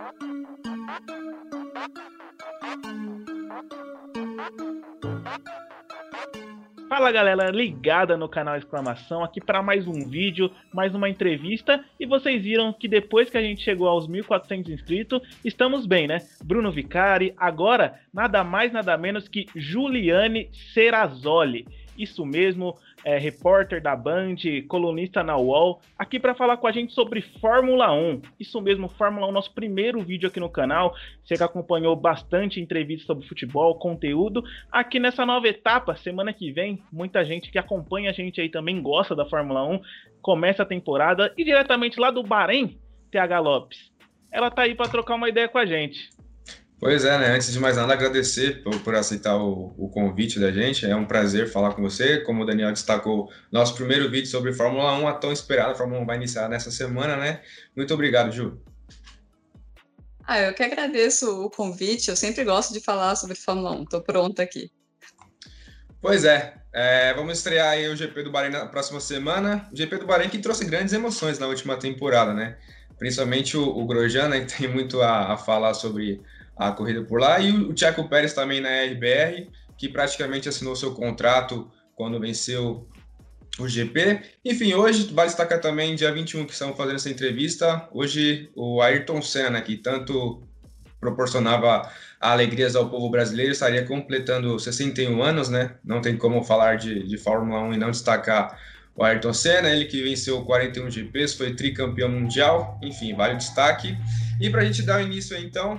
Fala galera, ligada no canal Exclamação, aqui para mais um vídeo, mais uma entrevista. E vocês viram que depois que a gente chegou aos 1.400 inscritos, estamos bem, né? Bruno Vicari, agora nada mais nada menos que Juliane Serrazoli. Isso mesmo, repórter da Band, colunista na UOL, aqui para falar com a gente sobre Fórmula 1. Isso mesmo, Fórmula 1, nosso primeiro vídeo aqui no canal. Você que acompanhou bastante entrevistas sobre futebol, conteúdo. Aqui nessa nova etapa, semana que vem, muita gente que acompanha a gente aí também gosta da Fórmula 1. Começa a temporada e diretamente lá do Bahrein, TH Lopes. Ela tá aí para trocar uma ideia com a gente. Pois é, né? Antes de mais nada, agradecer por aceitar o convite da gente. É um prazer falar com você. Como o Daniel destacou, nosso primeiro vídeo sobre Fórmula 1, a tão esperada Fórmula 1 vai iniciar nessa semana, né? Muito obrigado, Ju. Eu que agradeço o convite. Eu sempre gosto de falar sobre Fórmula 1. Estou pronta aqui. Pois é, vamos estrear aí o GP do Bahrein na próxima semana. O GP do Bahrein que trouxe grandes emoções na última temporada, né? Principalmente o Grosjean, né, que tem muito a falar sobre a corrida por lá, e o Checo Pérez também na RBR, que praticamente assinou seu contrato quando venceu o GP. Enfim, hoje vale destacar também, dia 21, que estamos fazendo essa entrevista, hoje o Ayrton Senna, que tanto proporcionava alegrias ao povo brasileiro, estaria completando 61 anos, né? Não tem como falar de Fórmula 1 e não destacar o Ayrton Senna, ele que venceu 41 GPs, foi tricampeão mundial, enfim, vale o destaque. E para a gente dar o início aí, então,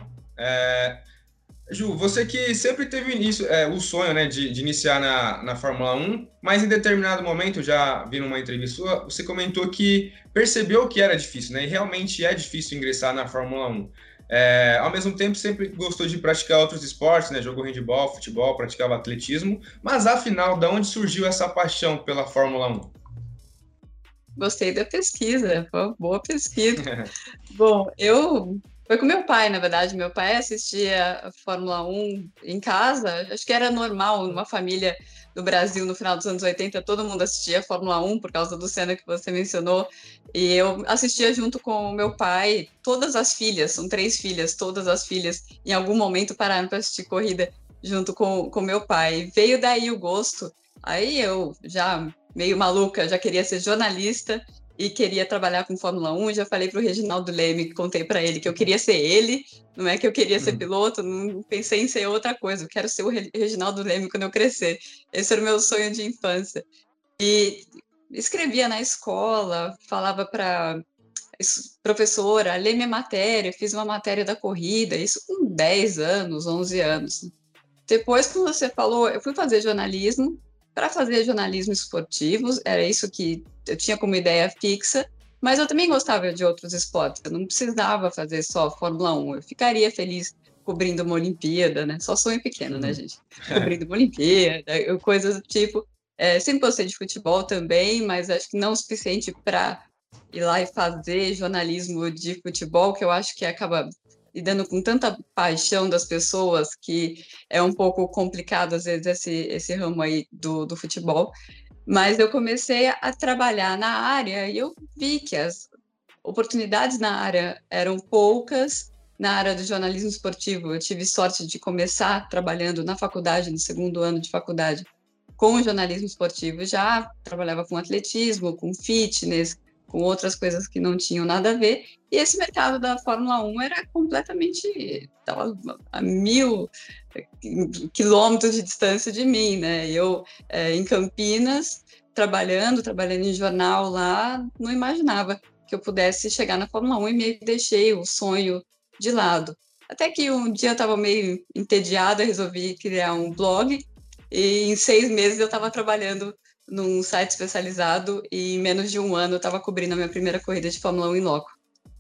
Ju, você que sempre teve o sonho, né, de iniciar na Fórmula 1, mas em determinado momento, já vi numa entrevista sua, você comentou que percebeu que era difícil, né, e realmente é difícil ingressar na Fórmula 1. Ao mesmo tempo, sempre gostou de praticar outros esportes, né, jogou handebol, futebol, praticava atletismo, mas afinal, de onde surgiu essa paixão pela Fórmula 1? Gostei da pesquisa, foi uma boa pesquisa. Bom, foi com meu pai, na verdade. Meu pai assistia a Fórmula 1 em casa. Acho que era normal, numa família do Brasil, no final dos anos 80, todo mundo assistia a Fórmula 1 por causa do Senna que você mencionou. E eu assistia junto com o meu pai, todas as filhas, são 3 filhas, todas as filhas, em algum momento pararam para assistir corrida junto com meu pai. Veio daí o gosto. Aí eu, já meio maluca, já queria ser jornalista e queria trabalhar com Fórmula 1, já falei para o Reginaldo Leme, contei para ele que eu queria ser ele, não é que eu queria ser piloto, não pensei em ser outra coisa, eu quero ser o Reginaldo Leme quando eu crescer. Esse era o meu sonho de infância. E escrevia na escola, falava para professora, lê minha matéria, fiz uma matéria da corrida, isso com 10 anos, 11 anos. Depois, como você falou, eu fui fazer jornalismo, para fazer jornalismo esportivo, era isso que eu tinha como ideia fixa, mas eu também gostava de outros esportes, eu não precisava fazer só Fórmula 1, eu ficaria feliz cobrindo uma Olimpíada, né? Só sonho pequeno, né, gente? Cobrindo uma Olimpíada, coisas do tipo. Sempre gostei de futebol também, mas acho que não o suficiente para ir lá e fazer jornalismo de futebol, que eu acho que acaba lidando com tanta paixão das pessoas que é um pouco complicado, às vezes, esse ramo aí do futebol. Mas eu comecei a trabalhar na área e eu vi que as oportunidades na área eram poucas. Na área do jornalismo esportivo, eu tive sorte de começar trabalhando na faculdade, no segundo ano de faculdade, com jornalismo esportivo. Já trabalhava com atletismo, com fitness, com outras coisas que não tinham nada a ver, e esse mercado da Fórmula 1 era completamente, estava a 1.000 quilômetros de distância de mim, né? Eu, em Campinas, trabalhando em jornal lá, não imaginava que eu pudesse chegar na Fórmula 1 e meio que deixei o sonho de lado. Até que um dia eu estava meio entediada, resolvi criar um blog, e em 6 meses eu estava trabalhando num site especializado e em menos de um ano eu estava cobrindo a minha primeira corrida de Fórmula 1 em loco.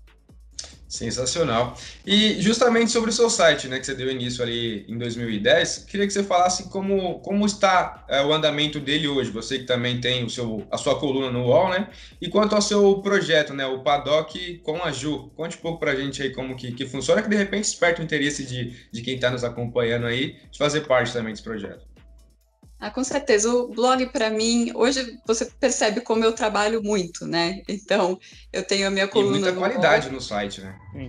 Sensacional. E justamente sobre o seu site, né, que você deu início ali em 2010, queria que você falasse como está o andamento dele hoje, você que também tem a sua coluna no UOL, né, e quanto ao seu projeto, né, o Paddock com a Ju. Conte um pouco pra gente aí como que funciona, que de repente desperta o interesse de quem está nos acompanhando aí, de fazer parte também desse projeto. Com certeza. O blog, para mim, hoje você percebe como eu trabalho muito, né? Então, eu tenho a minha coluna e muita qualidade no site, né?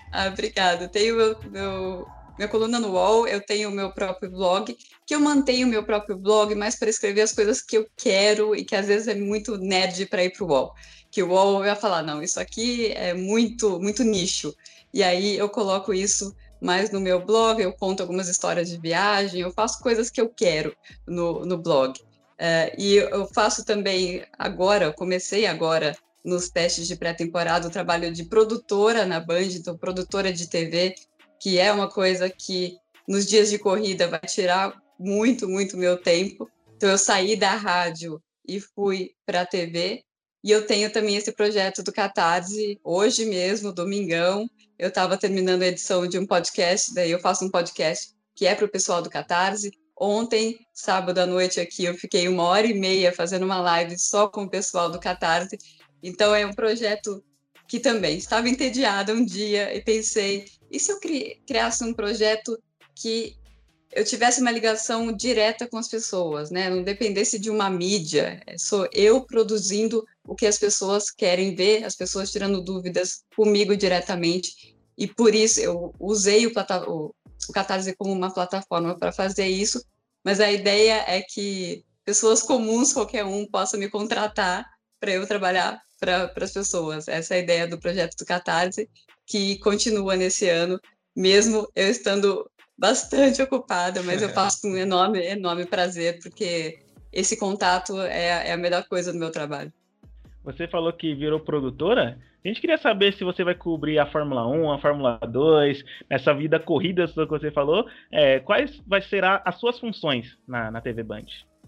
Obrigada. Tenho minha coluna no UOL, eu tenho o meu próprio blog, que eu mantenho o meu próprio blog, mas para escrever as coisas que eu quero e que às vezes é muito nerd para ir para o UOL. Que o UOL vai falar, não, isso aqui é muito, muito nicho. E aí eu coloco isso mais no meu blog, eu conto algumas histórias de viagem, eu faço coisas que eu quero no blog. E eu faço também agora, comecei agora nos testes de pré-temporada, o trabalho de produtora na Band, então produtora de TV, que é uma coisa que nos dias de corrida vai tirar muito, muito meu tempo. Então eu saí da rádio e fui para a TV, e eu tenho também esse projeto do Catarse, hoje mesmo, domingão, eu estava terminando a edição de um podcast, daí eu faço um podcast que é para o pessoal do Catarse. Ontem, sábado à noite aqui, eu fiquei 1h30 fazendo uma live só com o pessoal do Catarse. Então é um projeto que também estava entediada um dia e pensei, e se eu criasse um projeto que eu tivesse uma ligação direta com as pessoas, né? Não dependesse de uma mídia, sou eu produzindo o que as pessoas querem ver, as pessoas tirando dúvidas comigo diretamente, e por isso eu usei o Catarse como uma plataforma para fazer isso, mas a ideia é que pessoas comuns, qualquer um, possa me contratar para eu trabalhar para as pessoas. Essa é a ideia do projeto do Catarse, que continua nesse ano, mesmo eu estando bastante ocupada, mas eu faço com enorme, enorme prazer, porque esse contato é a melhor coisa do meu trabalho. Você falou que virou produtora. A gente queria saber se você vai cobrir a Fórmula 1, a Fórmula 2, essa vida corrida que você falou. Quais vai ser as suas funções na TV Band?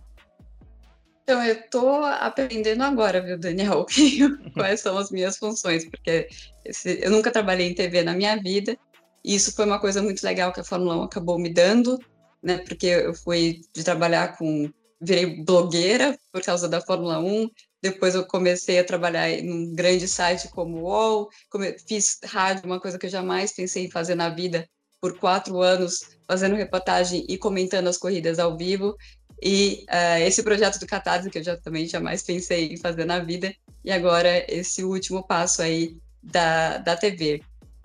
Então, eu estou aprendendo agora, viu, Daniel, quais são as minhas funções, porque eu nunca trabalhei em TV na minha vida, e isso foi uma coisa muito legal que a Fórmula 1 acabou me dando, né, porque eu fui de trabalhar virei blogueira por causa da Fórmula 1, depois eu comecei a trabalhar num grande site como o UOL, fiz rádio, uma coisa que eu jamais pensei em fazer na vida, por 4 anos, fazendo reportagem e comentando as corridas ao vivo, e esse projeto do Catarse, que eu também jamais pensei em fazer na vida, e agora esse último passo aí da TV.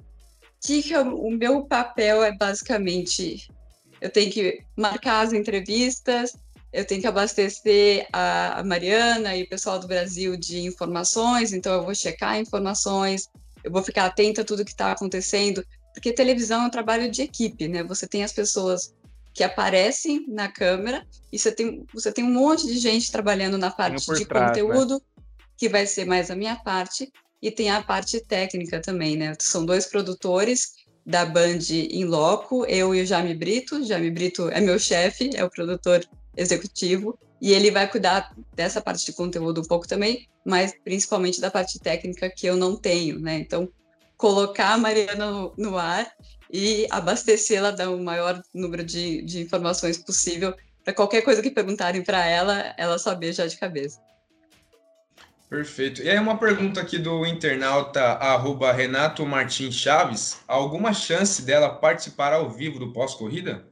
O meu papel é basicamente, eu tenho que marcar as entrevistas, eu tenho que abastecer a Mariana e o pessoal do Brasil de informações, então eu vou checar informações, eu vou ficar atenta a tudo que está acontecendo, porque televisão é um trabalho de equipe, né? Você tem as pessoas que aparecem na câmera e você tem um monte de gente trabalhando na parte de conteúdo, né? Que vai ser mais a minha parte, e tem a parte técnica também, né? São 2 produtores da Band em loco, eu e o Jaime Brito. O Jaime Brito é meu chefe, é o produtor executivo, e ele vai cuidar dessa parte de conteúdo um pouco também, mas principalmente da parte técnica que eu não tenho, né? Então, colocar a Mariana no ar e abastecê-la do maior número de informações possível, para qualquer coisa que perguntarem para ela saber já de cabeça. Perfeito. E aí uma pergunta aqui do internauta @Renato Martins Chaves. Alguma chance dela participar ao vivo do pós-corrida?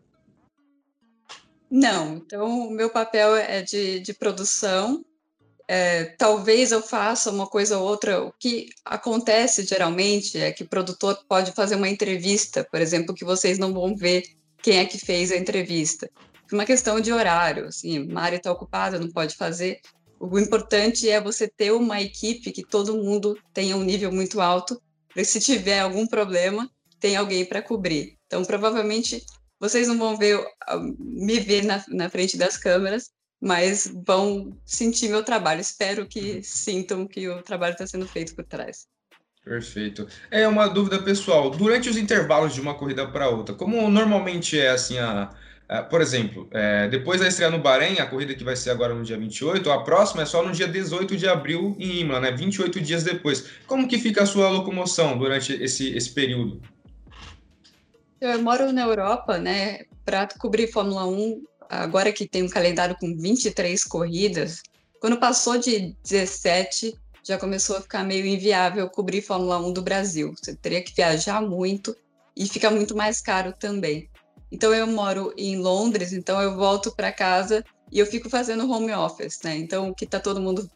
Não, então o meu papel é de produção. Talvez eu faça uma coisa ou outra. O que acontece geralmente é que o produtor pode fazer uma entrevista, por exemplo, que vocês não vão ver quem é que fez a entrevista. Por uma questão de horário, assim, Mari está ocupada, não pode fazer. O importante é você ter uma equipe que todo mundo tenha um nível muito alto, para se tiver algum problema, tem alguém para cobrir. Então, provavelmente, vocês não vão me ver na frente das câmeras, mas vão sentir meu trabalho. Espero que sintam que o trabalho está sendo feito por trás. Perfeito. É uma dúvida pessoal. Durante os intervalos de uma corrida para outra, como normalmente é assim por exemplo, depois da estreia no Bahrein, a corrida que vai ser agora no dia 28, a próxima é só no dia 18 de abril em Imola, né? 28 dias depois. Como que fica a sua locomoção durante esse período? Eu moro na Europa, né? Para cobrir Fórmula 1, agora que tem um calendário com 23 corridas, quando passou de 17, já começou a ficar meio inviável cobrir Fórmula 1 do Brasil. Você teria que viajar muito e fica muito mais caro também. Então, eu moro em Londres, então eu volto para casa e eu fico fazendo home office, né? Então, o que está todo mundo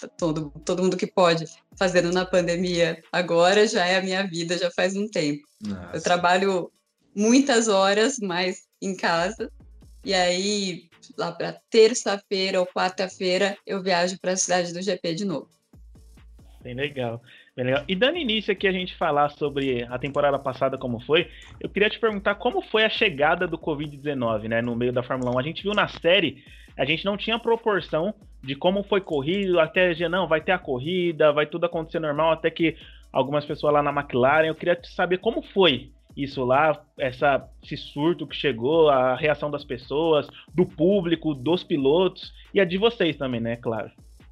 todo mundo que pode, fazendo na pandemia agora, já é a minha vida, já faz um tempo. Nossa. Eu trabalho muitas horas mais em casa, e aí, lá para terça-feira ou quarta-feira, eu viajo para a cidade do GP de novo. Bem legal, bem legal. E dando início aqui a gente falar sobre a temporada passada como foi, eu queria te perguntar como foi a chegada do Covid-19, né, no meio da Fórmula 1. A gente viu na série, a gente não tinha proporção de como foi corrido, até não, vai ter a corrida, vai tudo acontecer normal, até que algumas pessoas lá na McLaren, eu queria saber como foi isso lá, esse surto que chegou, a reação das pessoas, do público, dos pilotos, e a de vocês também, né, claro.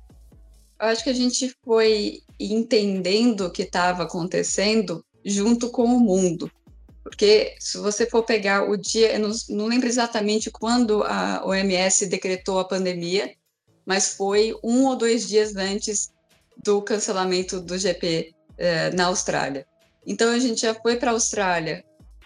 Eu acho que a gente foi entendendo o que estava acontecendo junto com o mundo. Porque se você for pegar o dia, eu não lembro exatamente quando a OMS decretou a pandemia, mas foi 1 ou 2 dias antes do cancelamento do GP na Austrália. Então a gente já foi para a Austrália,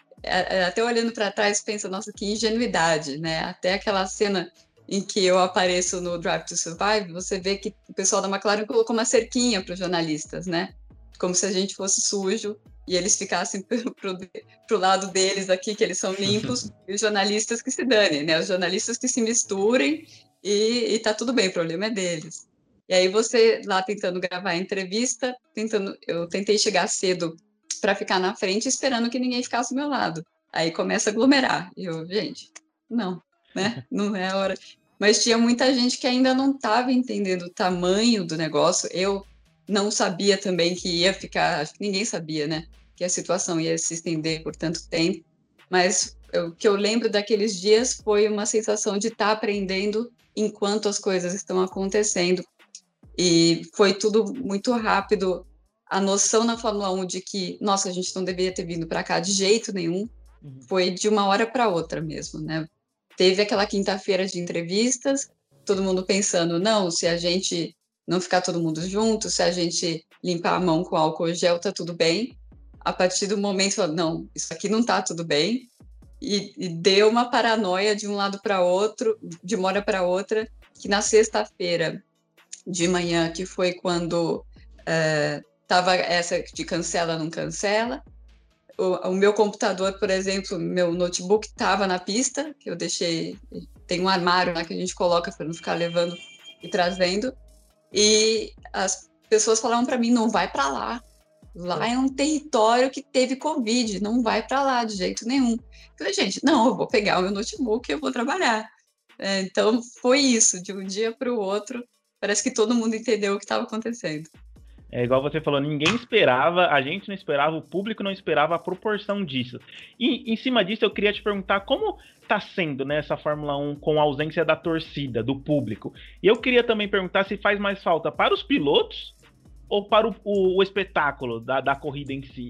até olhando para trás pensa, nossa, que ingenuidade, né? Até aquela cena em que eu apareço no Drive to Survive, você vê que o pessoal da McLaren colocou uma cerquinha para os jornalistas, né? Como se a gente fosse sujo e eles ficassem pro lado deles aqui, que eles são limpos, e os jornalistas que se danem, né? Os jornalistas que se misturem e tá tudo bem, o problema é deles. E aí você lá tentando gravar a entrevista, eu tentei chegar cedo para ficar na frente, esperando que ninguém ficasse ao meu lado. Aí começa a aglomerar. E eu, gente, não, né? Não é a hora. Mas tinha muita gente que ainda não estava entendendo o tamanho do negócio. Eu não sabia também que ia ficar, acho que ninguém sabia, né? Que a situação ia se estender por tanto tempo. Mas o que eu lembro daqueles dias foi uma sensação de estar aprendendo enquanto as coisas estão acontecendo. E foi tudo muito rápido. A noção na Fórmula 1 de que, nossa, a gente não deveria ter vindo para cá de jeito nenhum, foi de uma hora para outra mesmo, né? Teve aquela quinta-feira de entrevistas, todo mundo pensando, não, se a gente não ficar todo mundo junto, se a gente limpar a mão com álcool gel, tá tudo bem. A partir do momento, não, isso aqui não tá tudo bem. E deu uma paranoia de um lado para outro, de uma hora para outra, que na sexta-feira de manhã, que foi quando tava essa de cancela, não cancela. O meu computador, por exemplo, meu notebook estava na pista, que eu deixei, tem um armário lá que a gente coloca para não ficar levando e trazendo, e as pessoas falavam para mim, não vai para lá, lá é um território que teve Covid, não vai para lá de jeito nenhum. Eu falei, gente, não, eu vou pegar o meu notebook e eu vou trabalhar. Então, foi isso, de um dia para o outro, parece que todo mundo entendeu o que estava acontecendo. É igual você falou, ninguém esperava, a gente não esperava, o público não esperava a proporção disso. E em cima disso eu queria te perguntar como está sendo, né, essa Fórmula 1 com a ausência da torcida, do público. E eu queria também perguntar se faz mais falta para os pilotos ou para o espetáculo da corrida em si.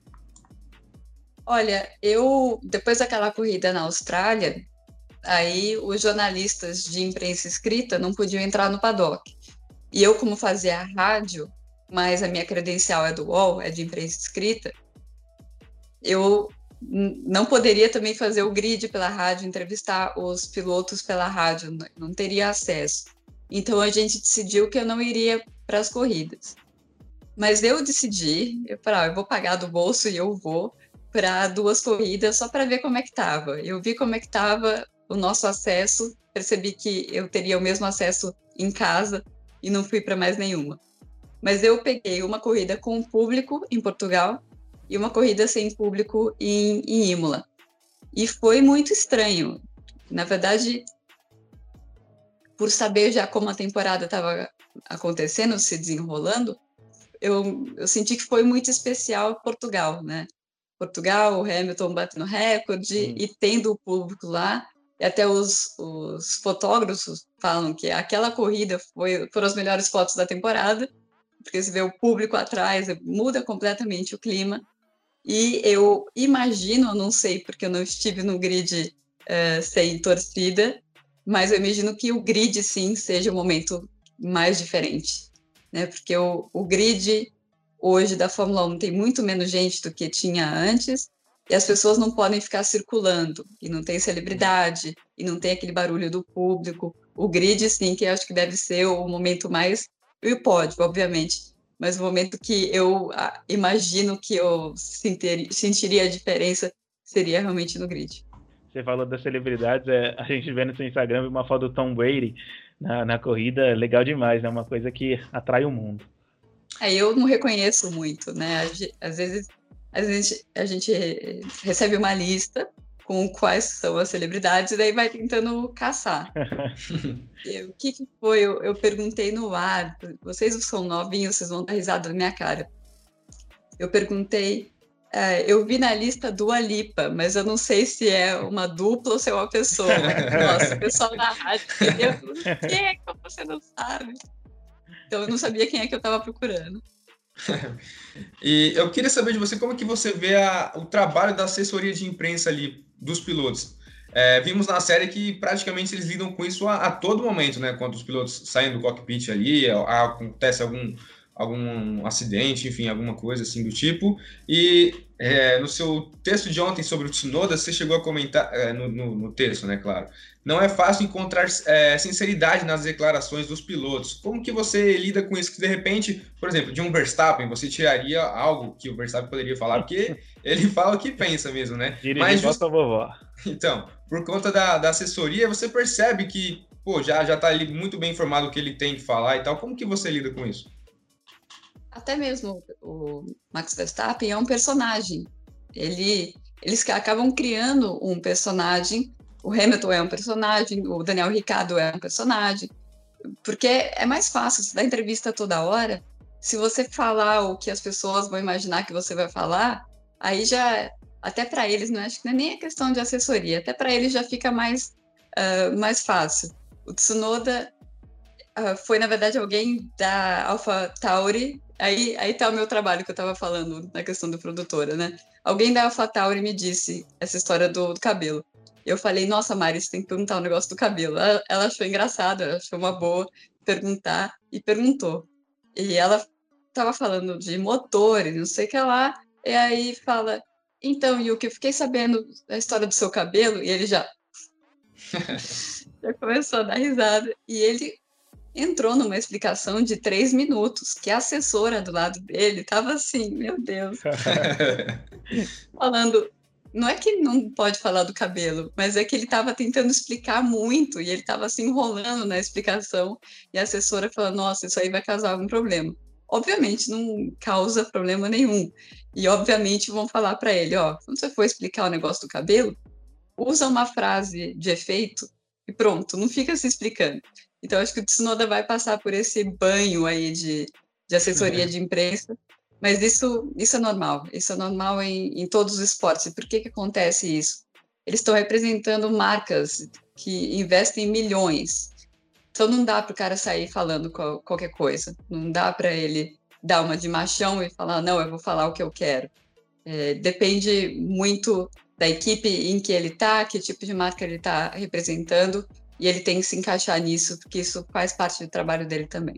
Olha, depois daquela corrida na Austrália, aí os jornalistas de imprensa escrita não podiam entrar no paddock. E eu, como fazia rádio, mas a minha credencial é do UOL, é de imprensa escrita, eu não poderia também fazer o grid pela rádio, entrevistar os pilotos pela rádio, não teria acesso. Então a gente decidiu que eu não iria para as corridas. Mas eu decidi, eu vou pagar do bolso e eu vou para 2 corridas só para ver como é que estava. Eu vi como é que estava o nosso acesso, percebi que eu teria o mesmo acesso em casa e não fui para mais nenhuma. Mas eu peguei uma corrida com público em Portugal e uma corrida sem público em Imola. E foi muito estranho. Na verdade, por saber já como a temporada estava acontecendo, se desenrolando, eu senti que foi muito especial Portugal, né? Portugal, o Hamilton batendo recorde e tendo o público lá. E até os fotógrafos falam que aquela corrida foram as melhores fotos da temporada, porque você vê o público atrás, muda completamente o clima. E eu imagino, não sei, porque eu não estive no grid sem torcida, mas eu imagino que o grid, sim, seja o momento mais diferente, né? Porque o grid hoje da Fórmula 1 tem muito menos gente do que tinha antes, e as pessoas não podem ficar circulando, e não tem celebridade, e não tem aquele barulho do público. O grid, sim, que eu acho que deve ser o momento mais E pode, obviamente, mas o momento que eu imagino que eu sentiria a diferença seria realmente no grid. Você falou das celebridades, a gente vê no seu Instagram uma foto do Tom Brady na corrida, legal demais, né? Uma coisa que atrai o mundo. Eu não reconheço muito, né? Às vezes a gente recebe uma lista com quais são as celebridades e daí vai tentando caçar. O que foi? Eu perguntei no ar, vocês são novinhos, vocês vão dar risada na minha cara. Eu perguntei, eu vi na lista Dua Lipa, mas eu não sei se é uma dupla ou se é uma pessoa. Nossa, o pessoal na rádio, quem é que você não sabe? Então eu não sabia quem é que eu estava procurando. E eu queria saber de você como que você vê o trabalho da assessoria de imprensa ali dos pilotos. Vimos na série que praticamente eles lidam com isso a todo momento, né? Quando os pilotos saem do cockpit ali, acontece algum acidente, enfim, alguma coisa assim do tipo. E no seu texto de ontem sobre o Tsunoda, você chegou a comentar, no texto, né, claro, não é fácil encontrar sinceridade nas declarações dos pilotos. Como que você lida com isso? Que de repente, por exemplo, de um Verstappen, você tiraria algo que o Verstappen poderia falar, porque ele fala o que pensa mesmo, né? Mas a vovó. Então, por conta da assessoria, você percebe que, pô, já tá ali muito bem informado o que ele tem que falar e tal. Como que você lida com isso? Até mesmo o Max Verstappen é um personagem. Eles acabam criando um personagem. O Hamilton é um personagem, o Daniel Ricciardo é um personagem. Porque é mais fácil, você dá entrevista toda hora. Se você falar o que as pessoas vão imaginar que você vai falar, aí já, até para eles, não acho que não é nem a questão de assessoria, até para eles já fica mais fácil. O Tsunoda foi, na verdade, alguém da AlphaTauri. Aí tá o meu trabalho que eu estava falando na questão da produtora, né? Alguém da AlphaTauri me disse essa história do cabelo. Eu falei, nossa, Mari, você tem que perguntar o negócio do cabelo. Ela achou engraçado, ela achou uma boa perguntar e perguntou. E ela estava falando de motor e não sei o que lá, e aí fala, então, Yuki, eu fiquei sabendo da história do seu cabelo, e ele já começou a dar risada, e ele entrou numa explicação de 3 minutos, que a assessora do lado dele estava assim, meu Deus, falando, não é que não pode falar do cabelo, mas é que ele estava tentando explicar muito, e ele estava se enrolando na explicação, e a assessora falou, nossa, isso aí vai causar algum problema. Obviamente não causa problema nenhum, e obviamente vão falar para ele, quando você for explicar o negócio do cabelo, usa uma frase de efeito, e pronto, não fica se explicando. Então, acho que o Tsunoda vai passar por esse banho aí de assessoria de imprensa, mas isso é normal. Isso é normal em todos os esportes. E por que acontece isso? Eles estão representando marcas que investem milhões. Então, não dá para o cara sair falando qualquer coisa. Não dá para ele dar uma de machão e falar, não, eu vou falar o que eu quero. Depende muito da equipe em que ele está, que tipo de marca ele está representando, e ele tem que se encaixar nisso, porque isso faz parte do trabalho dele também.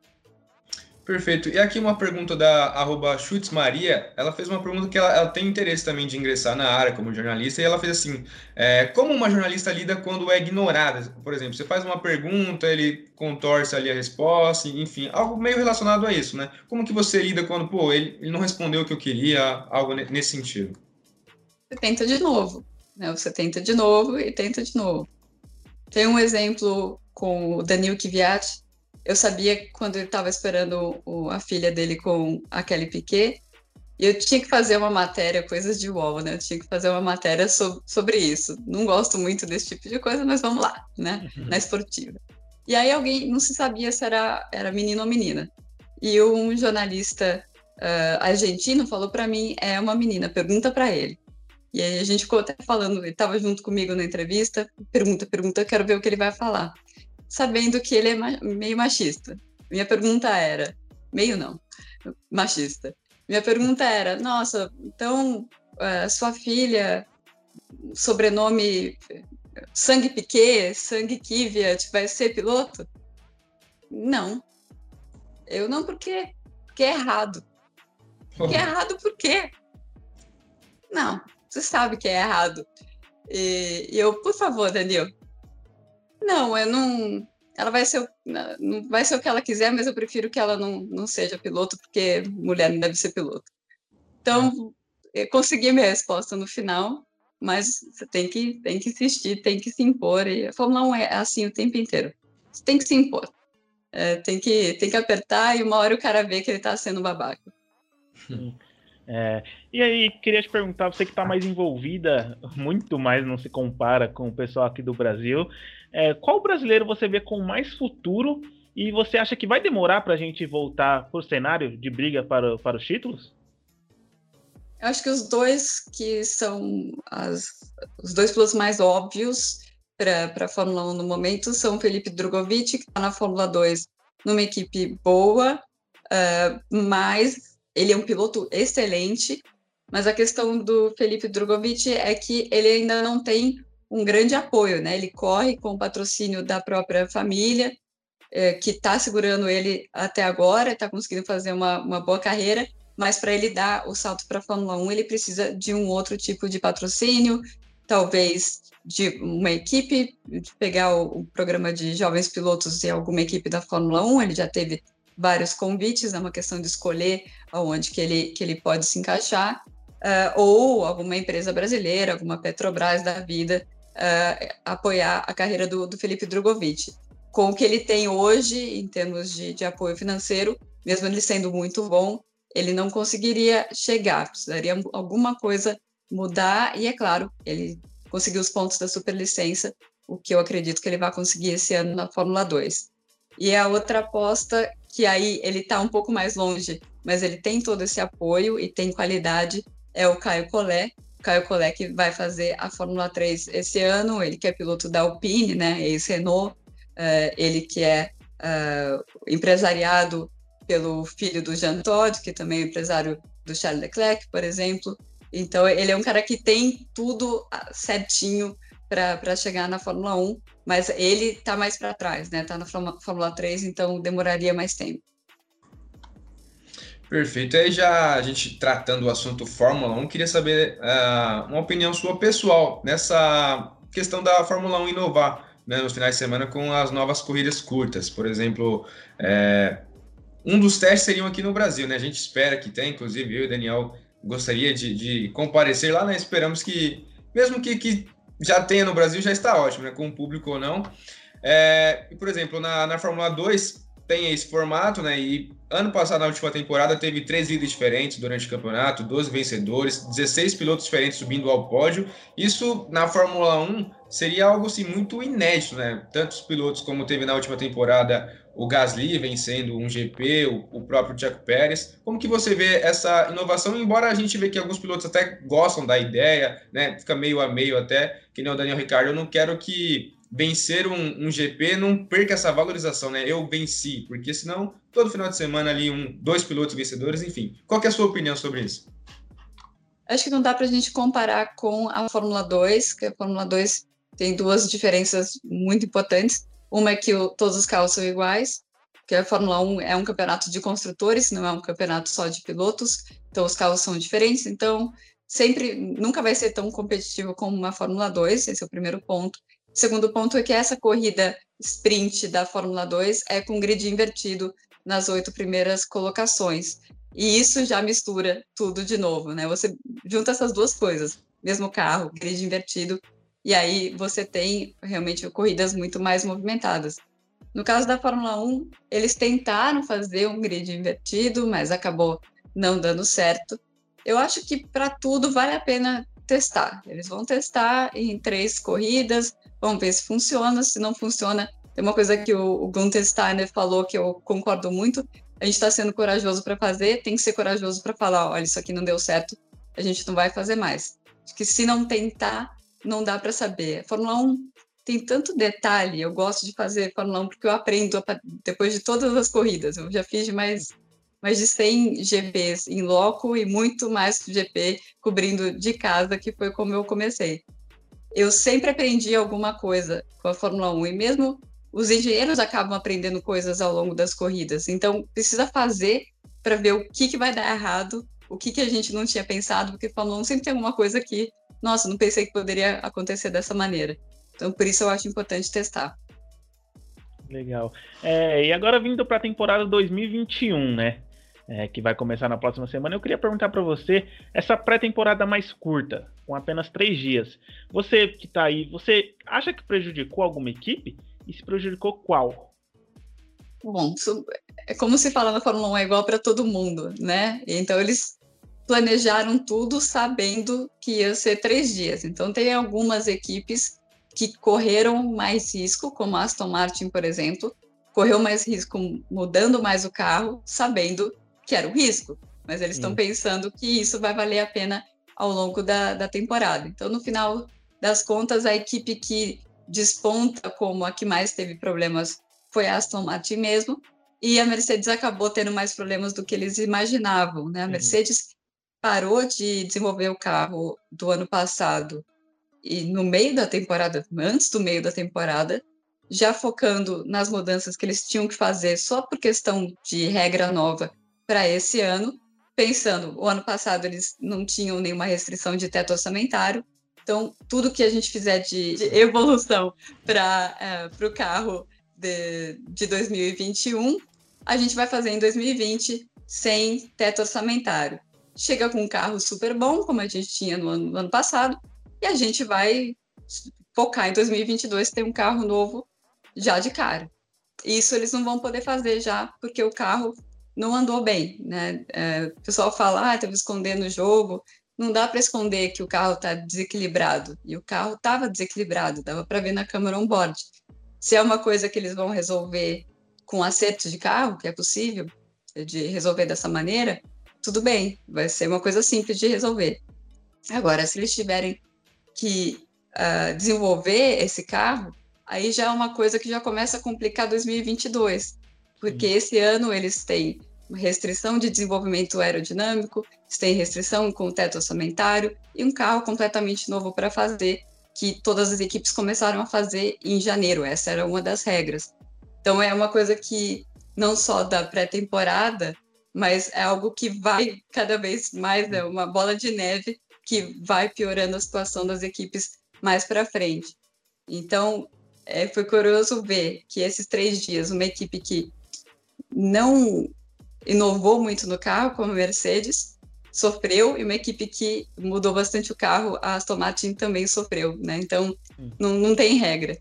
Perfeito. E aqui uma pergunta da @chutzmaria, ela fez uma pergunta que ela tem interesse também de ingressar na área como jornalista, e ela fez assim, como uma jornalista lida quando é ignorada? Por exemplo, você faz uma pergunta, ele contorce ali a resposta, enfim, algo meio relacionado a isso, né? Como que você lida quando, ele não respondeu o que eu queria, algo nesse sentido? Você tenta de novo, né? Você tenta de novo e tenta de novo. Tem um exemplo com o Daniil Kvyat. Eu sabia quando ele estava esperando a filha dele com a Kelly Piquet, e eu tinha que fazer uma matéria, coisas de UOL, né? Eu tinha que fazer uma matéria sobre isso. Não gosto muito desse tipo de coisa, mas vamos lá, né? Na esportiva. E aí alguém, não se sabia se era menino ou menina. E um jornalista argentino falou para mim, é uma menina, pergunta para ele. E aí a gente ficou até falando, ele estava junto comigo na entrevista, pergunta, quero ver o que ele vai falar. Sabendo que ele é meio machista. Minha pergunta era, meio não, machista. Minha pergunta era, nossa, então sua filha, sobrenome Sangue Piquet, Sangue Kvyat, vai ser piloto? Não. Eu não, porque é errado. Porque é errado por quê? Não. Você sabe que é errado. E eu, por favor, Daniel. Não, eu ela não vai ser o que ela quiser, mas eu prefiro que ela não seja piloto, porque mulher não deve ser piloto. Então, eu consegui minha resposta no final, mas você tem que insistir, tem que se impor, e a Fórmula 1 é assim o tempo inteiro. Você tem que se impor. Tem que apertar, e uma hora o cara vê que ele está sendo babaca. E aí, queria te perguntar, você que está mais envolvida, muito mais, não se compara com o pessoal aqui do Brasil, qual brasileiro você vê com mais futuro e você acha que vai demorar para a gente voltar para o cenário de briga para os títulos? Eu acho que os dois que são os dois pilotos mais óbvios para a Fórmula 1 no momento são o Felipe Drugovich, que está na Fórmula 2 numa equipe boa, mas ele é um piloto excelente, mas a questão do Felipe Drugovich é que ele ainda não tem um grande apoio, né? Ele corre com o patrocínio da própria família, que está segurando ele até agora, está conseguindo fazer uma boa carreira, mas para ele dar o salto para a Fórmula 1, ele precisa de um outro tipo de patrocínio, talvez de uma equipe, de pegar o programa de jovens pilotos e alguma equipe da Fórmula 1, ele já teve vários convites, é uma questão de escolher aonde que ele pode se encaixar, ou alguma empresa brasileira, alguma Petrobras da vida, apoiar a carreira do Felipe Drugovich. Com o que ele tem hoje, em termos de apoio financeiro, mesmo ele sendo muito bom, ele não conseguiria chegar, precisaria alguma coisa mudar, e é claro, ele conseguiu os pontos da superlicença, o que eu acredito que ele vai conseguir esse ano na Fórmula 2. E a outra aposta, que aí ele está um pouco mais longe, mas ele tem todo esse apoio e tem qualidade, é o Caio Collet. O Caio Collet que vai fazer a Fórmula 3 esse ano, ele que é piloto da Alpine, né, ex-Renault, ele que é empresariado pelo filho do Jean Todt, que também é empresário do Charles Leclerc, por exemplo. Então, ele é um cara que tem tudo certinho para chegar na Fórmula 1, mas ele está mais para trás, né? Está na Fórmula 3, então demoraria mais tempo. Perfeito. Aí já a gente tratando o assunto Fórmula 1, queria saber uma opinião sua pessoal nessa questão da Fórmula 1 inovar, né, nos finais de semana com as novas corridas curtas. Por exemplo, um dos testes seriam aqui no Brasil, né? A gente espera que tenha, inclusive eu e o Daniel gostaria de comparecer lá, né? Esperamos que, mesmo que já tenha no Brasil, já está ótimo, né? Com o público ou não. E, por exemplo, na Fórmula 2 tem esse formato, né? E ano passado, na última temporada, teve 3 líderes diferentes durante o campeonato, 12 vencedores, 16 pilotos diferentes subindo ao pódio. Isso, na Fórmula 1, seria algo assim, muito inédito, né? Tantos pilotos como teve na última temporada o Gasly vencendo um GP, o próprio Checo Pérez. Como que você vê essa inovação? Embora a gente vê que alguns pilotos até gostam da ideia, né? Fica meio a meio até, que nem o Daniel Ricciardo. Eu não quero que vencer um GP não perca essa valorização, né? Eu venci, porque senão todo final de semana ali 2 pilotos vencedores, enfim. Qual que é a sua opinião sobre isso? Acho que não dá para a gente comparar com a Fórmula 2, que a Fórmula 2 tem 2 diferenças muito importantes. Uma é que todos os carros são iguais, que a Fórmula 1 é um campeonato de construtores, não é um campeonato só de pilotos, então os carros são diferentes, então nunca vai ser tão competitivo como uma Fórmula 2, esse é o primeiro ponto. O segundo ponto é que essa corrida sprint da Fórmula 2 é com grid invertido nas 8 primeiras colocações, e isso já mistura tudo de novo, né? Você junta essas 2 coisas, mesmo carro, grid invertido, e aí você tem realmente corridas muito mais movimentadas. No caso da Fórmula 1, eles tentaram fazer um grid invertido, mas acabou não dando certo. Eu acho que para tudo vale a pena testar. Eles vão testar em 3 corridas, vão ver se funciona. Se não funciona, tem uma coisa que o Gunther Steiner falou que eu concordo muito, a gente está sendo corajoso para fazer, tem que ser corajoso para falar, olha, isso aqui não deu certo, a gente não vai fazer mais. Acho que se não tentar, não dá para saber. A Fórmula 1 tem tanto detalhe, eu gosto de fazer Fórmula 1 porque eu aprendo depois de todas as corridas. Eu já fiz mais de 100 GPs em loco e muito mais GP cobrindo de casa, que foi como eu comecei. Eu sempre aprendi alguma coisa com a Fórmula 1 e mesmo os engenheiros acabam aprendendo coisas ao longo das corridas. Então, precisa fazer para ver o que vai dar errado, o que a gente não tinha pensado, porque a Fórmula 1 sempre tem alguma coisa que nossa, não pensei que poderia acontecer dessa maneira. Então, por isso eu acho importante testar. Legal. E agora vindo para a temporada 2021, né? Que vai começar na próxima semana, eu queria perguntar para você, essa pré-temporada mais curta, com apenas 3 dias, você que está aí, você acha que prejudicou alguma equipe? E se prejudicou, qual? Bom, isso é como se fala na Fórmula 1, é igual para todo mundo, né? Então eles planejaram tudo sabendo que ia ser 3 dias. Então tem algumas equipes que correram mais risco, como a Aston Martin, por exemplo, correu mais risco mudando mais o carro, sabendo que era um risco, mas eles estão pensando que isso vai valer a pena ao longo da temporada. Então, no final das contas, a equipe que desponta como a que mais teve problemas foi a Aston Martin mesmo, e a Mercedes acabou tendo mais problemas do que eles imaginavam, né? A Mercedes parou de desenvolver o carro do ano passado e no meio da temporada, antes do meio da temporada, já focando nas mudanças que eles tinham que fazer só por questão de regra nova para esse ano, pensando, o ano passado eles não tinham nenhuma restrição de teto orçamentário, então tudo que a gente fizer de evolução para o carro de 2021, a gente vai fazer em 2020 sem teto orçamentário. Chega com um carro super bom, como a gente tinha no ano passado, e a gente vai focar em 2022 ter um carro novo já de cara. Isso eles não vão poder fazer já, porque o carro não andou bem, né? O pessoal fala, estava escondendo o jogo. Não dá para esconder que o carro está desequilibrado. E o carro estava desequilibrado, dava para ver na câmera on-board. Se é uma coisa que eles vão resolver com acerto de carro, que é possível de resolver dessa maneira, tudo bem, vai ser uma coisa simples de resolver. Agora, se eles tiverem que desenvolver esse carro, aí já é uma coisa que já começa a complicar 2022, porque esse ano eles têm restrição de desenvolvimento aerodinâmico, eles têm restrição com o teto orçamentário e um carro completamente novo para fazer, que todas as equipes começaram a fazer em janeiro, essa era uma das regras. Então é uma coisa que não só da pré-temporada, mas é algo que vai cada vez mais, é uma bola de neve que vai piorando a situação das equipes mais para frente. Então, foi curioso ver que esses 3 dias, uma equipe que não inovou muito no carro, como a Mercedes, sofreu, e uma equipe que mudou bastante o carro, a Aston Martin também sofreu, né? Então, não tem regra.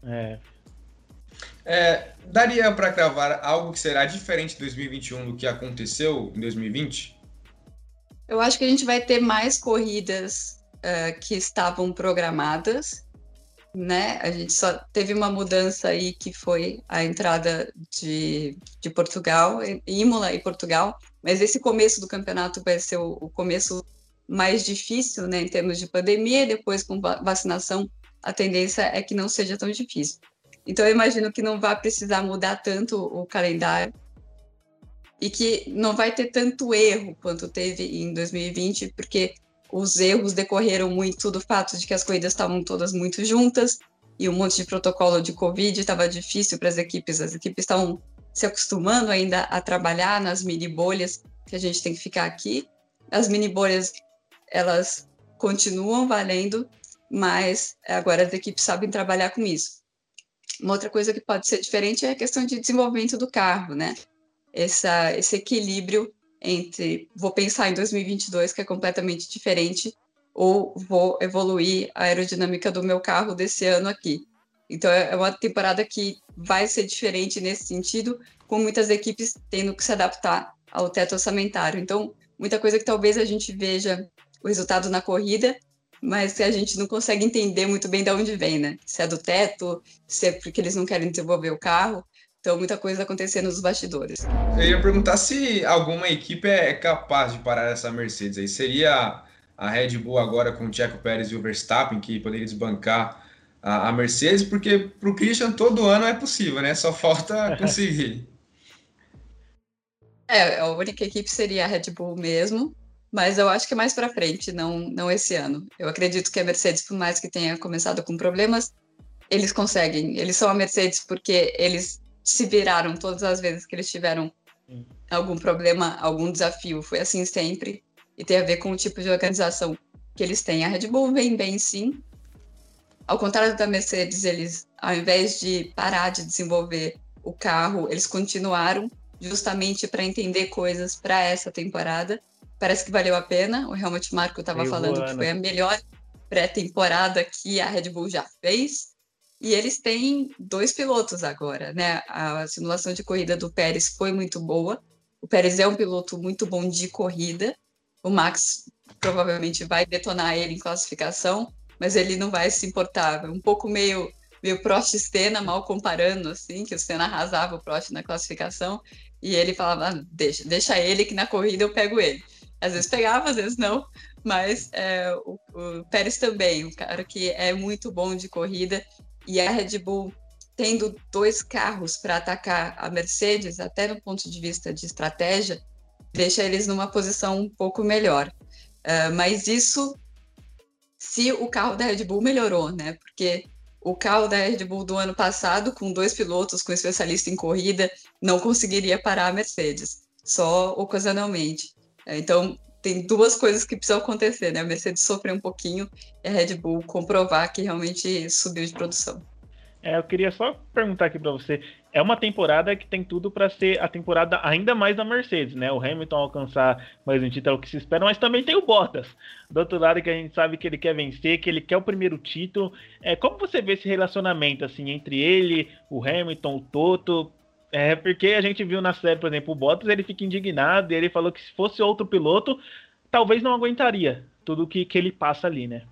Daria para cravar algo que será diferente em 2021 do que aconteceu em 2020? Eu acho que a gente vai ter mais corridas que estavam programadas, né? A gente só teve uma mudança aí que foi a entrada de Portugal, Imola e Portugal, mas esse começo do campeonato vai ser o começo mais difícil, né, em termos de pandemia, e depois com vacinação a tendência é que não seja tão difícil. Então eu imagino que não vai precisar mudar tanto o calendário e que não vai ter tanto erro quanto teve em 2020, porque os erros decorreram muito do fato de que as corridas estavam todas muito juntas e um monte de protocolo de Covid estava difícil para as equipes estavam se acostumando ainda a trabalhar nas mini bolhas que a gente tem que ficar aqui. As mini bolhas, elas continuam valendo, mas agora as equipes sabem trabalhar com isso. Uma outra coisa que pode ser diferente é a questão de desenvolvimento do carro, né? Esse equilíbrio entre vou pensar em 2022, que é completamente diferente, ou vou evoluir a aerodinâmica do meu carro desse ano aqui. Então, é uma temporada que vai ser diferente nesse sentido, com muitas equipes tendo que se adaptar ao teto orçamentário. Então, muita coisa que talvez a gente veja o resultado na corrida, mas que a gente não consegue entender muito bem de onde vem, né? Se é do teto, se é porque eles não querem desenvolver o carro. Então, muita coisa acontecendo nos bastidores. Eu ia perguntar se alguma equipe é capaz de parar essa Mercedes aí. Seria a Red Bull agora com o Checo Pérez e o Verstappen, que poderia desbancar a Mercedes, porque para o Christian todo ano é possível, né? Só falta conseguir. A única equipe seria a Red Bull mesmo, mas eu acho que é mais para frente, não esse ano. Eu acredito que a Mercedes, por mais que tenha começado com problemas, eles conseguem. Eles são a Mercedes porque eles se viraram todas as vezes que eles tiveram algum problema, algum desafio. Foi assim sempre, e tem a ver com o tipo de organização que eles têm. A Red Bull vem bem, sim. Ao contrário da Mercedes, eles, ao invés de parar de desenvolver o carro, eles continuaram justamente para entender coisas para essa temporada. Parece que valeu a pena. O Helmut Marko estava falando que foi a melhor pré-temporada que a Red Bull já fez. E eles têm 2 pilotos agora, né? A simulação de corrida do Pérez foi muito boa. O Pérez é um piloto muito bom de corrida. O Max provavelmente vai detonar ele em classificação, mas ele não vai se importar. Um pouco meio Prost e Senna, mal comparando, assim, que o Senna arrasava o Prost na classificação, e ele falava, deixa ele que na corrida eu pego ele. Às vezes pegava, às vezes não, mas o Pérez também, um cara que é muito bom de corrida, e a Red Bull tendo 2 carros para atacar a Mercedes, até no ponto de vista de estratégia, deixa eles numa posição um pouco melhor. Mas isso se o carro da Red Bull melhorou, né? Porque o carro da Red Bull do ano passado, com 2 pilotos, com especialista em corrida, não conseguiria parar a Mercedes, só ocasionalmente. Então, tem 2 coisas que precisam acontecer, né? A Mercedes sofrer um pouquinho e a Red Bull comprovar que realmente subiu de produção. Eu queria só perguntar aqui para você, é uma temporada que tem tudo para ser a temporada ainda mais da Mercedes, né? O Hamilton alcançar mais um título que se espera, mas também tem o Bottas. Do outro lado, que a gente sabe que ele quer vencer, que ele quer o primeiro título. Como você vê esse relacionamento assim entre ele, o Hamilton, o Toto? Porque a gente viu na série, por exemplo, o Bottas, ele fica indignado e ele falou que se fosse outro piloto, talvez não aguentaria tudo que ele passa ali, né?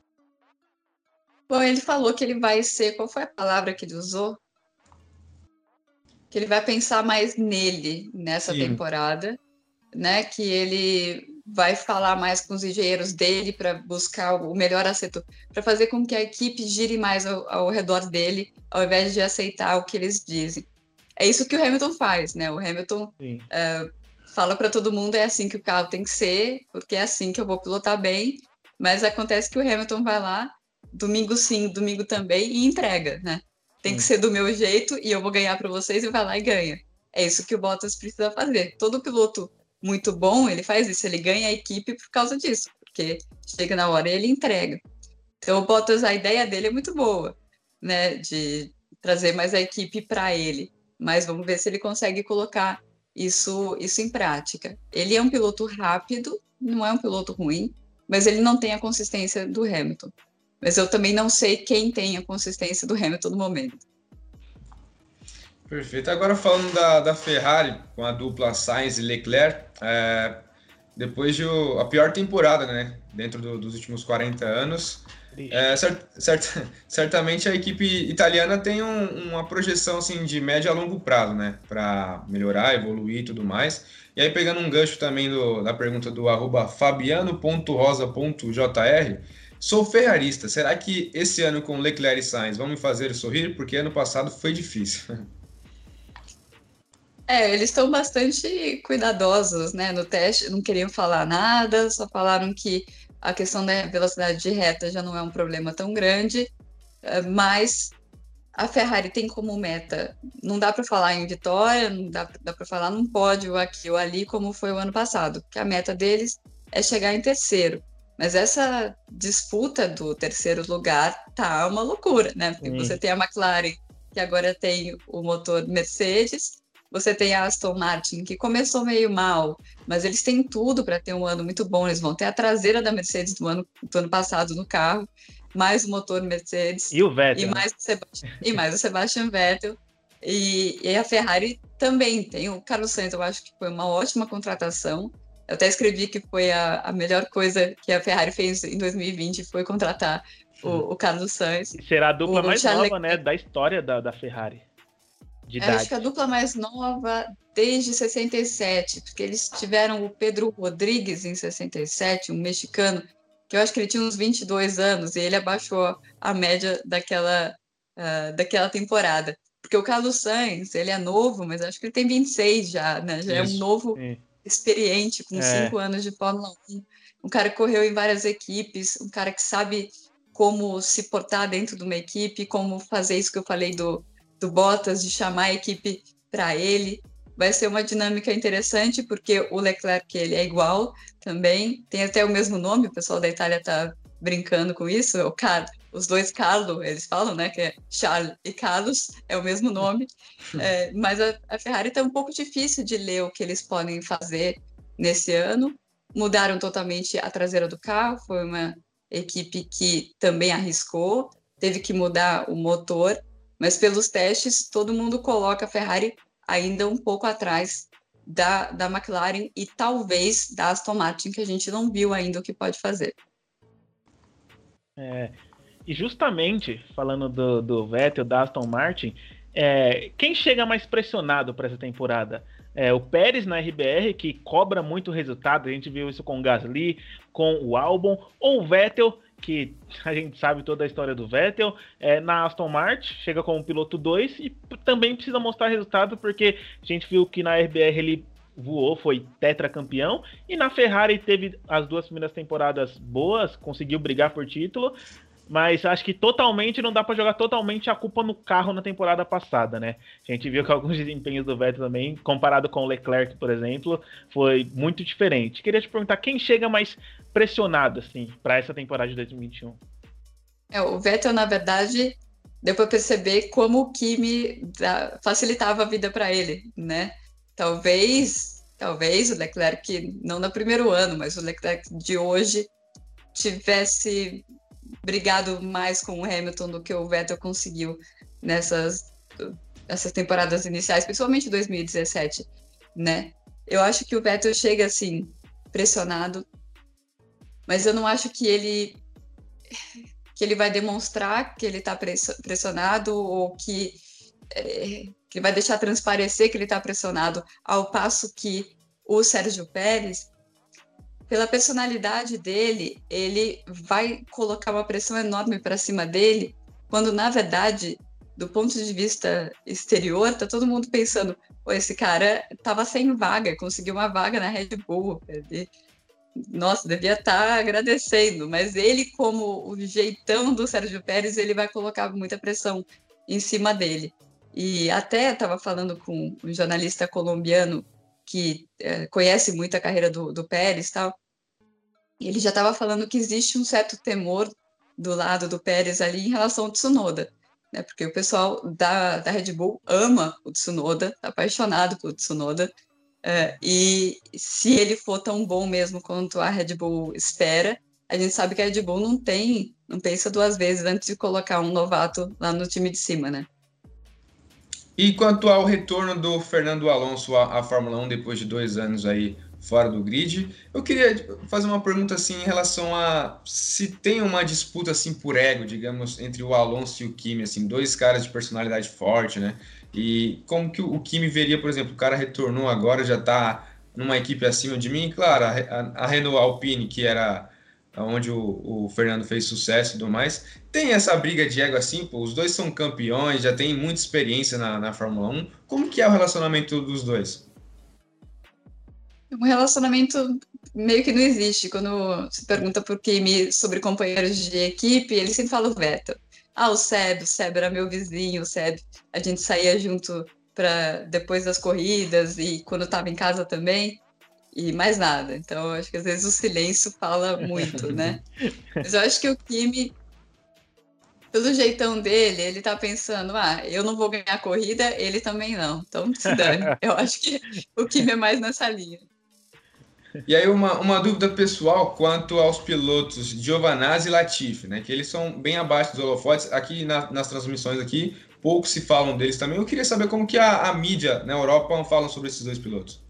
Bom, ele falou que ele vai ser... Qual foi a palavra que ele usou? Que ele vai pensar mais nele nessa temporada, né? Que ele vai falar mais com os engenheiros dele para buscar o melhor acerto, para fazer com que a equipe gire mais ao redor dele, ao invés de aceitar o que eles dizem. É isso que o Hamilton faz, né? O Hamilton fala para todo mundo, é assim que o carro tem que ser, porque é assim que eu vou pilotar bem, mas acontece que o Hamilton vai lá, domingo sim, domingo também, e entrega, né? Tem que ser do meu jeito e eu vou ganhar para vocês, e vai lá e ganha. É isso que o Bottas precisa fazer. Todo piloto muito bom, ele faz isso, ele ganha a equipe por causa disso, porque chega na hora e ele entrega. Então o Bottas, a ideia dele é muito boa, né? De trazer mais a equipe para ele. Mas vamos ver se ele consegue colocar isso em prática. Ele é um piloto rápido, não é um piloto ruim, mas ele não tem a consistência do Hamilton. Mas eu também não sei quem tem a consistência do Hamilton no momento. Perfeito. Agora falando da Ferrari, com a dupla Sainz e Leclerc, depois de a pior temporada, né, dentro dos últimos 40 anos, certamente a equipe italiana tem uma projeção assim, de médio a longo prazo, né, para melhorar, evoluir e tudo mais. E aí, pegando um gancho também da pergunta do @fabiano.rosa.jr, sou ferrarista, será que esse ano com Leclerc e Sainz vão me fazer sorrir? Porque ano passado foi difícil. Eles estão bastante cuidadosos, né? No teste não queriam falar nada, só falaram que a questão da velocidade de reta já não é um problema tão grande, mas a Ferrari tem como meta, não dá para falar em vitória, não dá para falar num pódio aqui ou ali, como foi o ano passado, que a meta deles é chegar em terceiro. Mas essa disputa do terceiro lugar tá uma loucura, né? Porque você tem a McLaren, que agora tem o motor Mercedes, você tem a Aston Martin, que começou meio mal, mas eles têm tudo para ter um ano muito bom. Eles vão ter a traseira da Mercedes do ano passado no carro, mais o motor Mercedes. E o Vettel. E mais o Sebastian Vettel. E a Ferrari também tem o Carlos Sainz, eu acho que foi uma ótima contratação. Eu até escrevi que foi a melhor coisa que a Ferrari fez em 2020, foi contratar o Carlos Sainz. E será a dupla mais nova, né, da história da Ferrari. Acho que a dupla mais nova desde 67, porque eles tiveram o Pedro Rodrigues em 67, um mexicano, que eu acho que ele tinha uns 22 anos, e ele abaixou a média daquela temporada. Porque o Carlos Sainz, ele é novo, mas acho que ele tem 26 já, né? Já é um novo experiente, com 5 anos de Fórmula 1. Um cara que correu em várias equipes, um cara que sabe como se portar dentro de uma equipe, como fazer isso que eu falei do Bottas, de chamar a equipe para ele. Vai ser uma dinâmica interessante, porque o Leclerc, ele é igual também, tem até o mesmo nome, o pessoal da Itália está brincando com isso, é o os dois Carlos, eles falam, né, que é Charles e Carlos, é o mesmo nome, mas a Ferrari está um pouco difícil de ler o que eles podem fazer nesse ano. Mudaram totalmente a traseira do carro, foi uma equipe que também arriscou, teve que mudar o motor, mas pelos testes todo mundo coloca a Ferrari ainda um pouco atrás da McLaren e talvez da Aston Martin, que a gente não viu ainda o que pode fazer. E justamente, falando do Vettel, da Aston Martin, quem chega mais pressionado para essa temporada? O Pérez na RBR, que cobra muito resultado, a gente viu isso com o Gasly, com o Albon, ou o Vettel, que a gente sabe toda a história do Vettel, na Aston Martin, chega como piloto 2 e também precisa mostrar resultado, porque a gente viu que na RBR ele voou, foi tetracampeão, e na Ferrari teve as 2 primeiras temporadas boas, conseguiu brigar por título, mas acho que totalmente não dá para jogar totalmente a culpa no carro na temporada passada, né? A gente viu que alguns desempenhos do Vettel também, comparado com o Leclerc, por exemplo, foi muito diferente. Queria te perguntar, quem chega mais pressionado, assim, para essa temporada de 2021? O Vettel, na verdade, deu para perceber como o Kimi facilitava a vida para ele, né? Talvez o Leclerc, não no primeiro ano, mas o Leclerc de hoje tivesse brigado mais com o Hamilton do que o Vettel conseguiu nessas temporadas iniciais, principalmente 2017, né? Eu acho que o Vettel chega assim, pressionado, mas eu não acho que ele vai demonstrar que ele está pressionado ou que vai deixar transparecer que ele está pressionado, ao passo que o Sérgio Pérez, pela personalidade dele, ele vai colocar uma pressão enorme para cima dele, quando, na verdade, do ponto de vista exterior, tá todo mundo pensando, esse cara estava sem vaga, conseguiu uma vaga na Red Bull, nossa, devia estar agradecendo, mas ele, como o jeitão do Sérgio Pérez, ele vai colocar muita pressão em cima dele. E até estava falando com um jornalista colombiano que conhece muito a carreira do Pérez e tal, e ele já estava falando que existe um certo temor do lado do Pérez ali em relação ao Tsunoda, né? Porque o pessoal da Red Bull ama o Tsunoda, tá apaixonado pelo Tsunoda, e se ele for tão bom mesmo quanto a Red Bull espera, a gente sabe que a Red Bull não pensa 2 vezes antes de colocar um novato lá no time de cima, né? E quanto ao retorno do Fernando Alonso à Fórmula 1 depois de 2 anos aí fora do grid, eu queria fazer uma pergunta assim em relação a se tem uma disputa assim por ego, digamos, entre o Alonso e o Kimi, assim, 2 caras de personalidade forte, né? E como que o Kimi veria, por exemplo, o cara retornou agora, já tá numa equipe acima de mim, claro, a Renault Alpine, que era onde o Fernando fez sucesso e tudo mais, tem essa briga de ego assim, pô, os dois são campeões, já tem muita experiência na Fórmula 1, como que é o relacionamento dos dois? Um relacionamento meio que não existe. Quando se pergunta por Kimi sobre companheiros de equipe, ele sempre fala o Vettel. O Seb era meu vizinho, o Seb, a gente saía junto depois das corridas e quando estava em casa também, e mais nada. Então, acho que às vezes o silêncio fala muito, né? Mas eu acho que o Kimi, pelo jeitão dele, ele tá pensando, eu não vou ganhar a corrida, ele também não. Então, se dane. Eu acho que o Kimi é mais nessa linha. E aí uma dúvida pessoal quanto aos pilotos Giovinazzi e Latifi, né? Que eles são bem abaixo dos holofotes. Aqui nas transmissões aqui, pouco se falam deles também. Eu queria saber como que a mídia na Europa fala sobre esses 2 pilotos.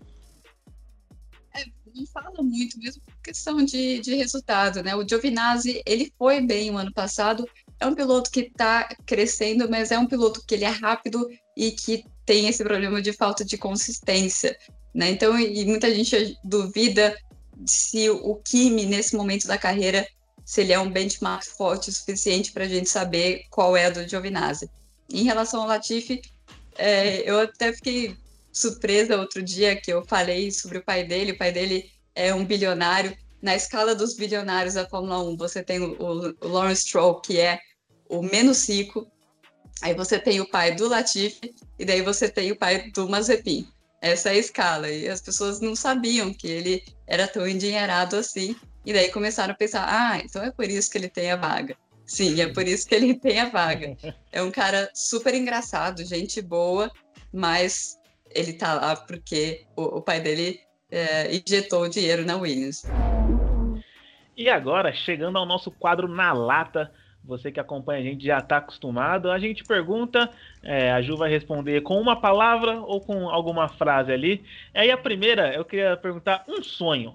Não fala muito, mesmo por questão de resultado, né? O Giovinazzi, ele foi bem o ano passado, é um piloto que está crescendo, mas é um piloto que ele é rápido e que tem esse problema de falta de consistência, né? Então, e muita gente duvida se o Kimi, nesse momento da carreira, se ele é um benchmark forte o suficiente para a gente saber qual é a do Giovinazzi. Em relação ao Latifi, eu até fiquei surpresa outro dia que eu falei sobre o pai dele. O pai dele é um bilionário. Na escala dos bilionários da Fórmula 1, você tem o Lawrence Stroll, que é o menos rico. Aí você tem o pai do Latifi e daí você tem o pai do Mazepin. Essa é a escala. E as pessoas não sabiam que ele era tão endinheirado assim. E daí começaram a pensar, então é por isso que ele tem a vaga. Sim, é por isso que ele tem a vaga. É um cara super engraçado, gente boa, mas ele tá lá porque o pai dele injetou o dinheiro na Williams. E agora, chegando ao nosso quadro Na Lata, você que acompanha a gente já está acostumado, a gente pergunta, a Ju vai responder com uma palavra ou com alguma frase ali. Aí a primeira, eu queria perguntar um sonho.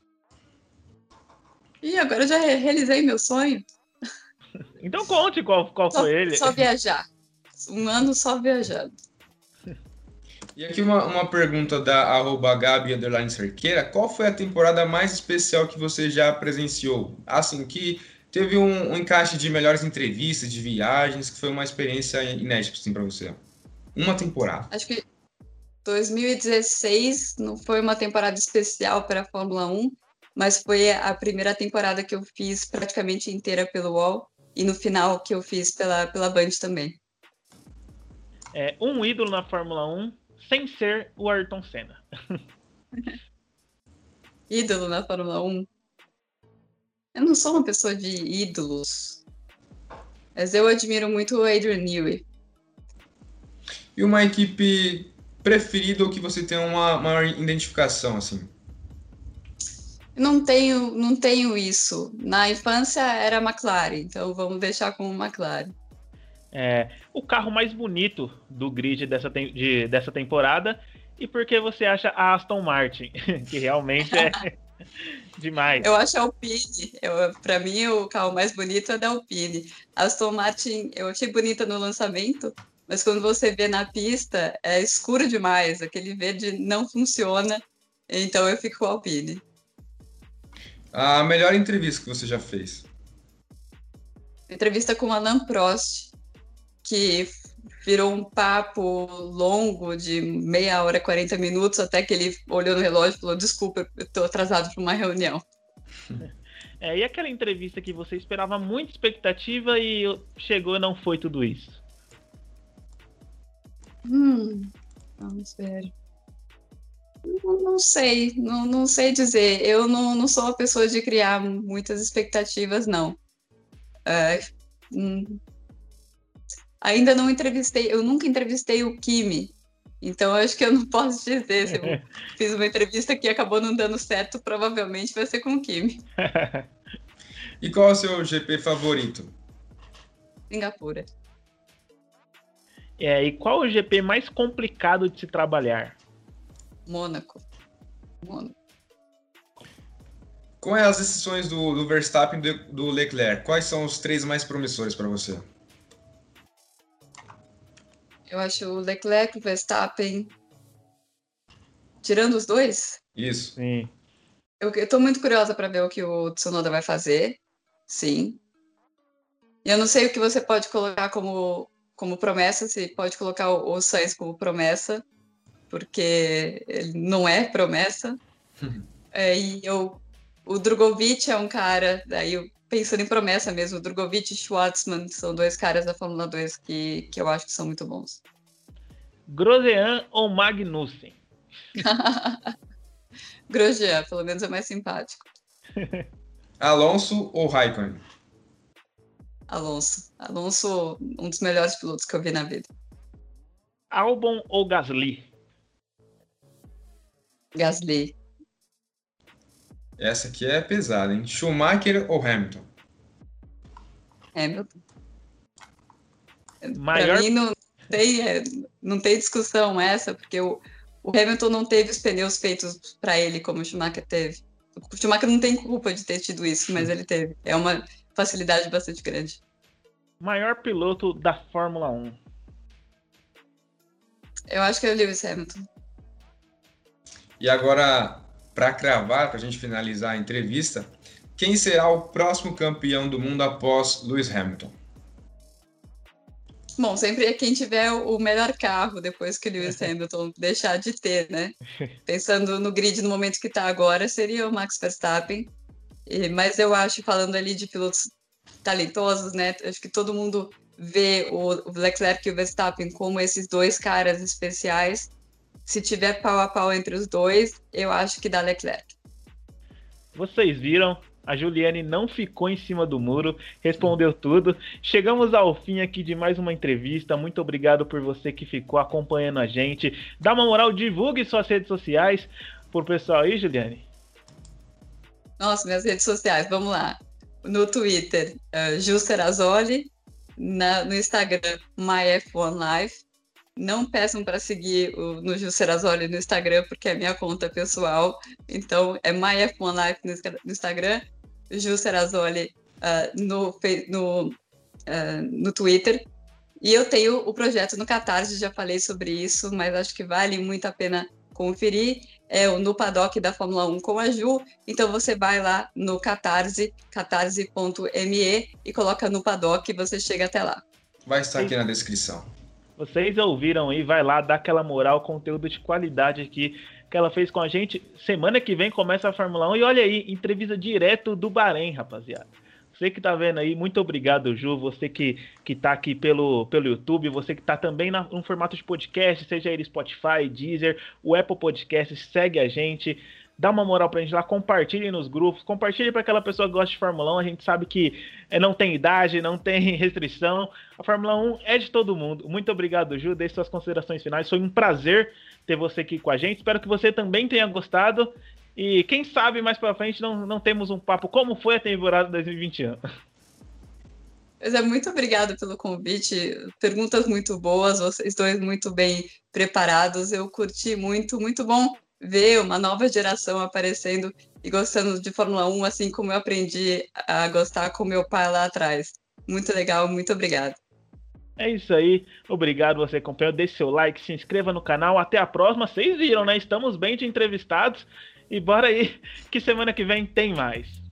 E agora eu já realizei meu sonho. Então conte qual foi ele. Só viajar. Um ano só viajando. E aqui uma pergunta da @Gabi_Cerqueira. Qual foi a temporada mais especial que você já presenciou? Assim, que teve um encaixe de melhores entrevistas, de viagens, que foi uma experiência inédita assim, para você. Uma temporada. Acho que 2016 não foi uma temporada especial para a Fórmula 1, mas foi a primeira temporada que eu fiz praticamente inteira pelo UOL e no final que eu fiz pela Band também. Um ídolo na Fórmula 1 sem ser o Ayrton Senna. Ídolo na Fórmula 1? Eu não sou uma pessoa de ídolos, mas eu admiro muito o Adrian Newey. E uma equipe preferida ou que você tem uma maior identificação, assim? Não tenho isso. Na infância era a McLaren, então vamos deixar com o McLaren. O carro mais bonito do grid dessa temporada, e por que você acha a Aston Martin, que realmente é demais. Eu acho a Alpine, para mim o carro mais bonito é da Alpine. A Aston Martin eu achei bonita no lançamento, mas quando você vê na pista é escuro demais, aquele verde não funciona, então eu fico com a Alpine. A melhor entrevista que você já fez? Entrevista com o Alain Prost, que virou um papo longo de meia hora, 40 minutos, até que ele olhou no relógio e falou: desculpa, eu estou atrasado para uma reunião. E aquela entrevista que você esperava muita expectativa e chegou e não foi tudo isso? Vamos ver. Não sei, não sei dizer. Eu não sou uma pessoa de criar muitas expectativas, não. Ainda não entrevistei, eu nunca entrevistei o Kimi, então acho que eu não posso dizer. Se eu fiz uma entrevista que acabou não dando certo, provavelmente vai ser com o Kimi. E qual é o seu GP favorito? Singapura. E qual o GP mais complicado de se trabalhar? Mônaco. Com as decisões do Verstappen e do Leclerc, quais são os 3 mais promissores para você? Eu acho o Leclerc, o Verstappen... Tirando os dois? Isso. Sim. Eu tô muito curiosa para ver o que o Tsunoda vai fazer. Sim. E eu não sei o que você pode colocar como promessa, se pode colocar o Sainz como promessa, porque ele não é promessa. O Drogovic é um cara, daí pensando em promessa mesmo, o Drogovic e Schwartzman são 2 caras da Fórmula 2 que eu acho que são muito bons. Grosjean ou Magnussen? Grosjean, pelo menos é mais simpático. Alonso ou Raikkonen? Alonso, um dos melhores pilotos que eu vi na vida. Albon ou Gasly? Gasly. Essa aqui é pesada, hein? Schumacher ou Hamilton? Hamilton. Para mim não tem discussão essa, porque o Hamilton não teve os pneus feitos para ele como o Schumacher teve. O Schumacher não tem culpa de ter tido isso, mas ele teve. É uma facilidade bastante grande. Maior piloto da Fórmula 1? Eu acho que é o Lewis Hamilton. E agora, para cravar, para a gente finalizar a entrevista, quem será o próximo campeão do mundo após Lewis Hamilton? Bom, sempre é quem tiver o melhor carro depois que o Lewis Hamilton deixar de ter, né? Pensando no grid no momento que está agora, seria o Max Verstappen. Mas eu acho, falando ali de pilotos talentosos, né? Acho que todo mundo vê o Leclerc e o Verstappen como esses 2 caras especiais. Se tiver pau a pau entre os 2, eu acho que dá Leclerc. Vocês viram? A Juliane não ficou em cima do muro, respondeu tudo. Chegamos ao fim aqui de mais uma entrevista. Muito obrigado por você que ficou acompanhando a gente. Dá uma moral, divulgue suas redes sociais pro pessoal aí, Juliane. Nossa, minhas redes sociais, vamos lá. No Twitter, Ju Serrazoli. No Instagram, MyF1Life. Não peçam para seguir no Ju Serrazoli no Instagram, porque é minha conta pessoal. Então, é MyF1Life no Instagram, Ju Serrazoli no Twitter. E eu tenho o projeto no Catarse, já falei sobre isso, mas acho que vale muito a pena conferir. É o No Paddock da Fórmula 1 com a Ju. Então, você vai lá no Catarse, catarse.me, e coloca No Paddock e você chega até lá. Vai estar aqui na descrição. Vocês ouviram aí, vai lá, dá aquela moral, conteúdo de qualidade aqui que ela fez com a gente. Semana que vem começa a Fórmula 1 e olha aí, entrevista direto do Bahrein, rapaziada. Você que tá vendo aí, muito obrigado, Ju. Você que tá aqui pelo YouTube, você que tá também no formato de podcast, seja ele Spotify, Deezer, o Apple Podcast, segue a gente. Dá uma moral pra gente lá, compartilhe nos grupos, compartilhe para aquela pessoa que gosta de Fórmula 1, a gente sabe que não tem idade, não tem restrição, a Fórmula 1 é de todo mundo. Muito obrigado, Ju, dê suas considerações finais, foi um prazer ter você aqui com a gente, espero que você também tenha gostado, e quem sabe mais pra frente não temos um papo como foi a temporada 2021. Pois é, muito obrigada pelo convite, perguntas muito boas, vocês dois muito bem preparados, eu curti muito, muito bom ver uma nova geração aparecendo e gostando de Fórmula 1, assim como eu aprendi a gostar com meu pai lá atrás. Muito legal, muito obrigado. É isso aí, obrigado você acompanhou, deixe seu like, se inscreva no canal, até a próxima. Vocês viram, né? Estamos bem de entrevistados e bora aí que semana que vem tem mais.